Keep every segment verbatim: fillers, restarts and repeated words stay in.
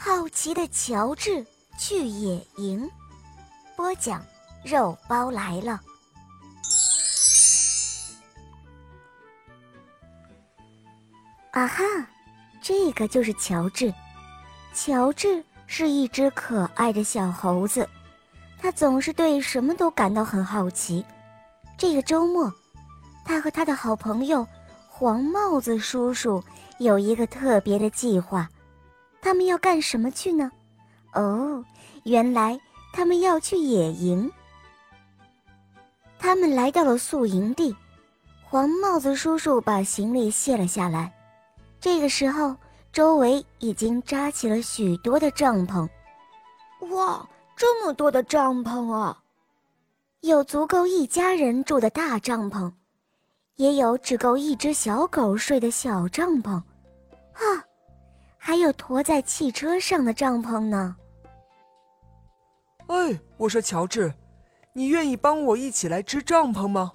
好奇的乔治去野营。播讲肉包来了。啊哈，这个就是乔治。乔治是一只可爱的小猴子，他总是对什么都感到很好奇。这个周末，他和他的好朋友黄帽子叔叔有一个特别的计划。他们要干什么去呢？哦，原来他们要去野营。他们来到了宿营地，黄帽子叔叔把行李卸了下来。这个时候，周围已经扎起了许多的帐篷。 哇，这么多的帐篷啊！ 有足够一家人住的大帐篷，也有只够一只小狗睡的小帐篷。啊，还有驮在汽车上的帐篷呢。 哎，我说乔治，你愿意帮我一起来支帐篷吗？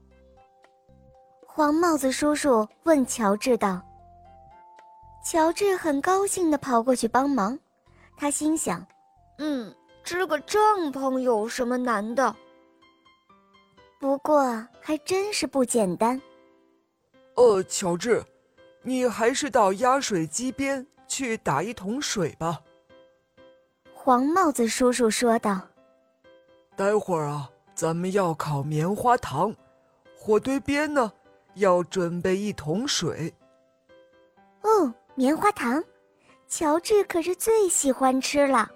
黄帽子叔叔问乔治道。乔治很高兴地跑过去帮忙，他心想， 嗯，支个帐篷有什么难的？ 不过还真是不简单。 呃，乔治，你还是到压水机边去打一桶水吧。 黄帽子叔叔说道。 待会儿啊，咱们要烤棉花糖，火堆边呢，要准备一桶水。 哦，棉花糖，乔治可是最喜欢吃了。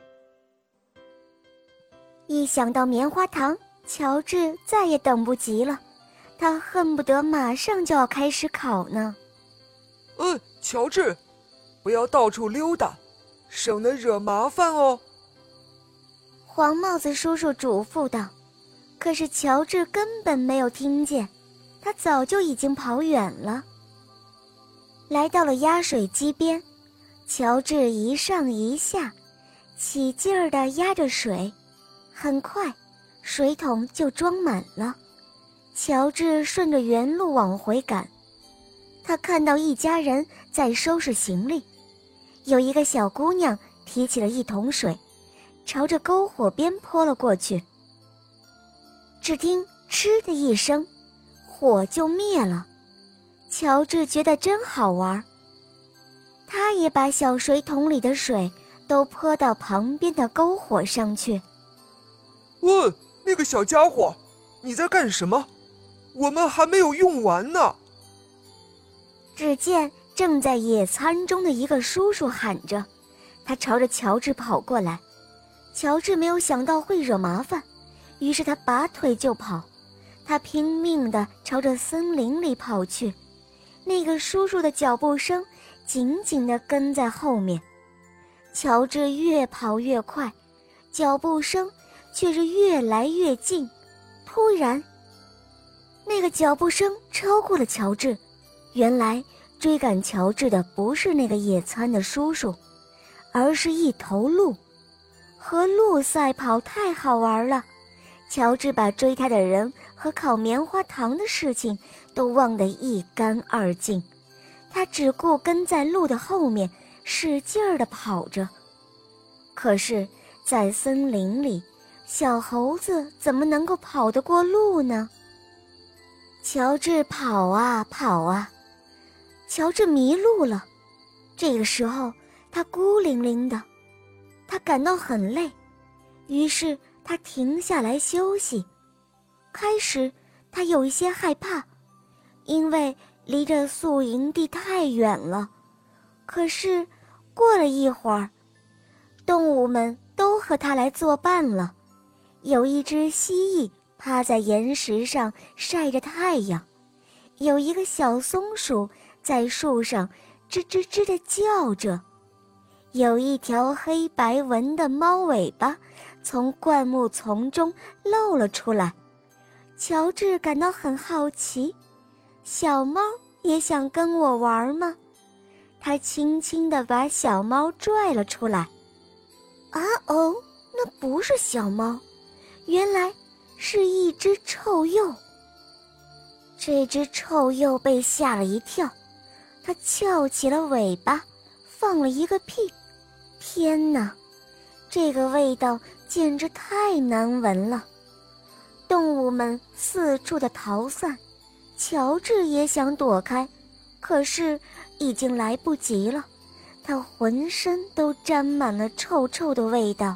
一想到棉花糖，乔治再也等不及了，他恨不得马上就要开始烤呢。 呃，乔治，不要到处溜达，省得惹麻烦哦。 黄帽子叔叔嘱咐道。可是乔治根本没有听见，他早就已经跑远了。来到了压水机边，乔治一上一下，起劲儿地压着水，很快水桶就装满了。乔治顺着原路往回赶，他看到一家人在收拾行李，有一个小姑娘提起了一桶水，朝着篝火边泼了过去。只听嗤的一声，火就灭了。乔治觉得真好玩，他也把小水桶里的水都泼到旁边的篝火上去。 喂，那个小家伙，你在干什么？我们还没有用完呢。 只见正在野餐中的一个叔叔喊着，他朝着乔治跑过来。乔治没有想到会惹麻烦，于是他拔腿就跑，他拼命地朝着森林里跑去。那个叔叔的脚步声紧紧地跟在后面，乔治越跑越快，脚步声却是越来越近。突然，那个脚步声超过了乔治。原来追赶乔治的不是那个野餐的叔叔，而是一头鹿。和鹿赛跑太好玩了，乔治把追他的人和烤棉花糖的事情都忘得一干二净，他只顾跟在鹿的后面使劲儿地跑着。可是在森林里，小猴子怎么能够跑得过鹿呢？乔治跑啊跑啊，乔治迷路了。这个时候他孤零零的，他感到很累，于是他停下来休息。开始他有一些害怕，因为离着宿营地太远了。可是过了一会儿，动物们都和他来作伴了。有一只蜥蜴趴在岩石上晒着太阳，有一个小松鼠在树上吱吱吱地叫着，有一条黑白纹的猫尾巴从灌木丛中露了出来。乔治感到很好奇，小猫也想跟我玩吗？他轻轻地把小猫拽了出来。啊哦，那不是小猫，原来是一只臭鼬。这只臭鼬被吓了一跳，它翘起了尾巴，放了一个屁， 天哪，这个味道简直太难闻了！动物们四处的逃散，乔治也想躲开，可是已经来不及了，他浑身都沾满了臭臭的味道。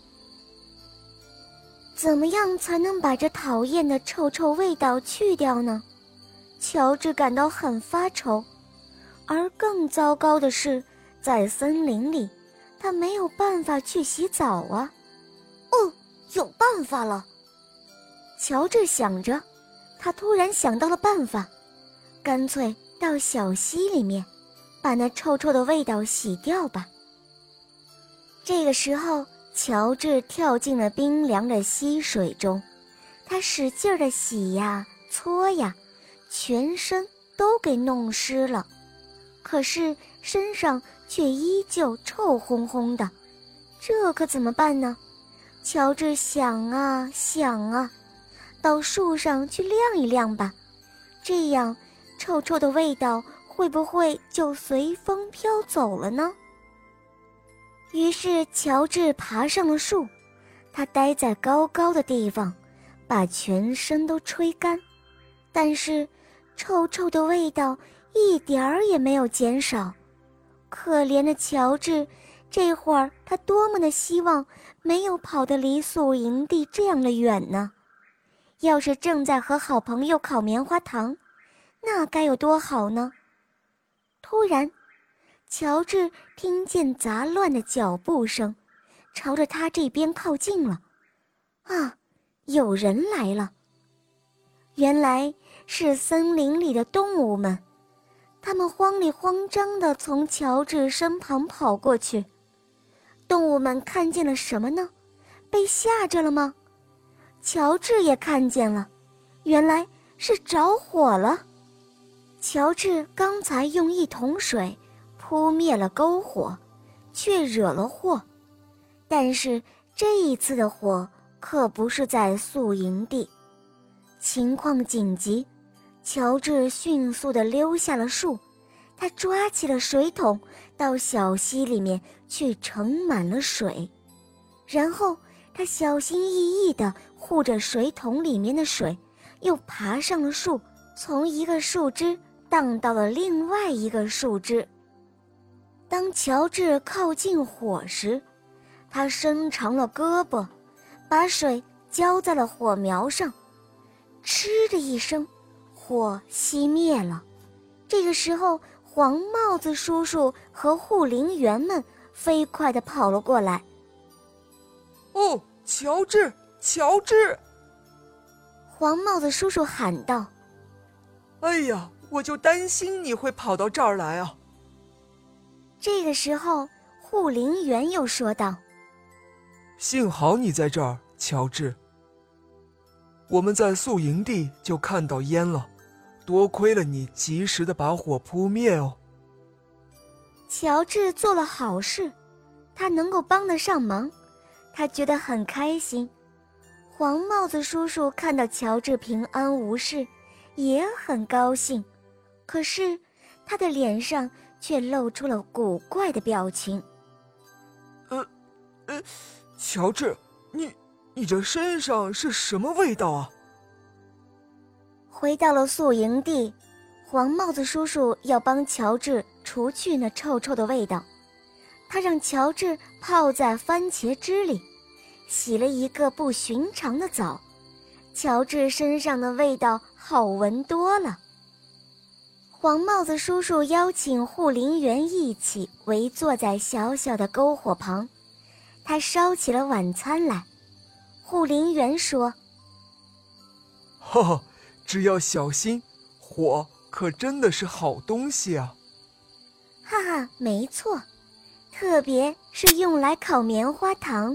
怎么样才能把这讨厌的臭臭味道去掉呢？乔治感到很发愁，而更糟糕的是，在森林里，他没有办法去洗澡啊。 哦，有办法了！ 乔治想着，他突然想到了办法，干脆到小溪里面，把那臭臭的味道洗掉吧。这个时候，乔治跳进了冰凉的溪水中，他使劲地洗呀、搓呀，全身都给弄湿了，可是身上却依旧臭烘烘的，这可怎么办呢？乔治想啊想啊，到树上去晾一晾吧，这样臭臭的味道会不会就随风飘走了呢？于是乔治爬上了树，他待在高高的地方，把全身都吹干，但是臭臭的味道一点儿也没有减少。可怜的乔治，这会儿他多么的希望没有跑得离宿营地这样的远呢！要是正在和好朋友烤棉花糖，那该有多好呢！突然，乔治听见杂乱的脚步声，朝着他这边靠近了。啊，有人来了！原来是森林里的动物们，他们慌里慌张地从乔治身旁跑过去。动物们看见了什么呢？被吓着了吗？乔治也看见了，原来是着火了。乔治刚才用一桶水扑灭了篝火，却惹了祸。但是这一次的火可不是在宿营地。情况紧急，乔治迅速地溜下了树，他抓起了水桶，到小溪里面去盛满了水，然后他小心翼翼地护着水桶里面的水，又爬上了树，从一个树枝荡到了另外一个树枝。当乔治靠近火时，他伸长了胳膊，把水浇在了火苗上，嗤的一声，火熄灭了。这个时候，黄帽子叔叔和护林员们飞快地跑了过来。 哦，乔治，乔治！ 黄帽子叔叔喊道： 哎呀，我就担心你会跑到这儿来啊！ 这个时候，护林员又说道： 幸好你在这儿，乔治。我们在宿营地就看到烟了，多亏了你及时地把火扑灭哦。 乔治做了好事，他能够帮得上忙，他觉得很开心。黄帽子叔叔看到乔治平安无事，也很高兴，可是他的脸上却露出了古怪的表情。 呃，呃，乔治，你你这身上是什么味道啊？ 回到了宿营地，黄帽子叔叔要帮乔治除去那臭臭的味道。他让乔治泡在番茄汁里，洗了一个不寻常的澡。乔治身上的味道好闻多了。黄帽子叔叔邀请护林员一起围坐在小小的篝火旁，他烧起了晚餐来。护林员说： 哈哈，只要小心，火可真的是好东西啊！ 哈哈，没错，特别是用来烤棉花糖。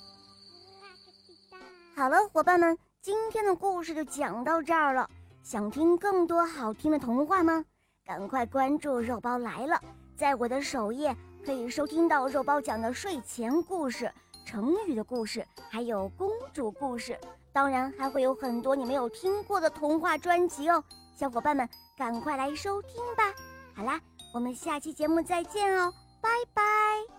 好了，伙伴们，今天的故事就讲到这儿了。想听更多好听的童话吗？赶快关注肉包来了，在我的首页可以收听到肉包讲的睡前故事、成语的故事，还有公主故事，当然还会有很多你没有听过的童话专辑哦。小伙伴们赶快来收听吧。好啦，我们下期节目再见哦，拜拜。